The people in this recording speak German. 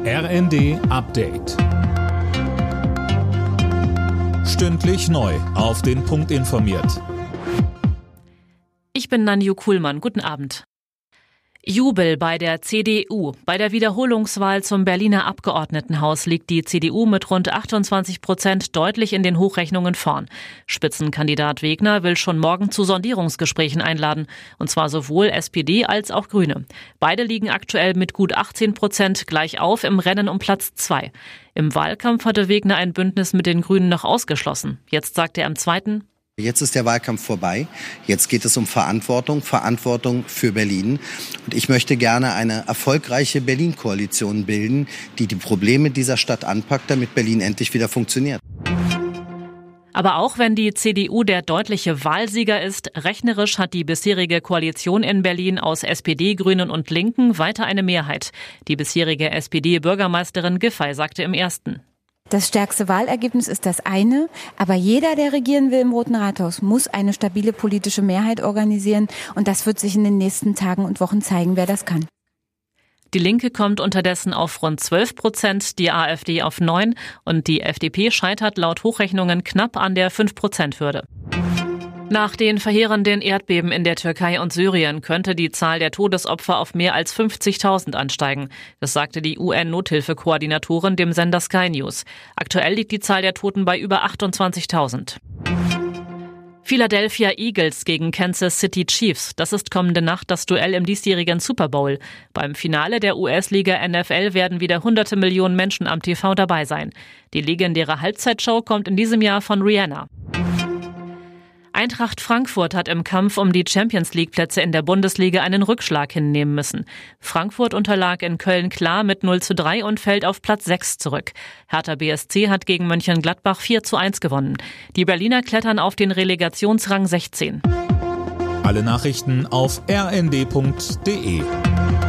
RND Update. Stündlich neu auf den Punkt informiert. Ich bin Nanju Kuhlmann. Guten Abend. Jubel bei der CDU. Bei der Wiederholungswahl zum Berliner Abgeordnetenhaus liegt die CDU mit rund 28% deutlich in den Hochrechnungen vorn. Spitzenkandidat Wegner will schon morgen zu Sondierungsgesprächen einladen, und zwar sowohl SPD als auch Grüne. Beide liegen aktuell mit gut 18% gleich auf im Rennen um Platz 2. Im Wahlkampf hatte Wegner ein Bündnis mit den Grünen noch ausgeschlossen. Jetzt sagt er im zweiten: Jetzt ist der Wahlkampf vorbei. Jetzt geht es um Verantwortung für Berlin. Und ich möchte gerne eine erfolgreiche Berlin-Koalition bilden, die die Probleme dieser Stadt anpackt, damit Berlin endlich wieder funktioniert. Aber auch wenn die CDU der deutliche Wahlsieger ist, rechnerisch hat die bisherige Koalition in Berlin aus SPD, Grünen und Linken weiter eine Mehrheit. Die bisherige SPD-Bürgermeisterin Giffey sagte im ersten: Das stärkste Wahlergebnis ist das eine, aber jeder, der regieren will im Roten Rathaus, muss eine stabile politische Mehrheit organisieren, und das wird sich in den nächsten Tagen und Wochen zeigen, wer das kann. Die Linke kommt unterdessen auf rund 12%, die AfD auf 9% und die FDP scheitert laut Hochrechnungen knapp an der 5%-Hürde. Nach den verheerenden Erdbeben in der Türkei und Syrien könnte die Zahl der Todesopfer auf mehr als 50.000 ansteigen. Das sagte die UN-Nothilfekoordinatorin dem Sender Sky News. Aktuell liegt die Zahl der Toten bei über 28.000. Philadelphia Eagles gegen Kansas City Chiefs. Das ist kommende Nacht das Duell im diesjährigen Super Bowl. Beim Finale der US-Liga NFL werden wieder hunderte Millionen Menschen am TV dabei sein. Die legendäre Halbzeitshow kommt in diesem Jahr von Rihanna. Eintracht Frankfurt hat im Kampf um die Champions-League-Plätze in der Bundesliga einen Rückschlag hinnehmen müssen. Frankfurt unterlag in Köln klar mit 0:3 und fällt auf Platz 6 zurück. Hertha BSC hat gegen Mönchengladbach 4:1 gewonnen. Die Berliner klettern auf den Relegationsrang 16. Alle Nachrichten auf rnd.de.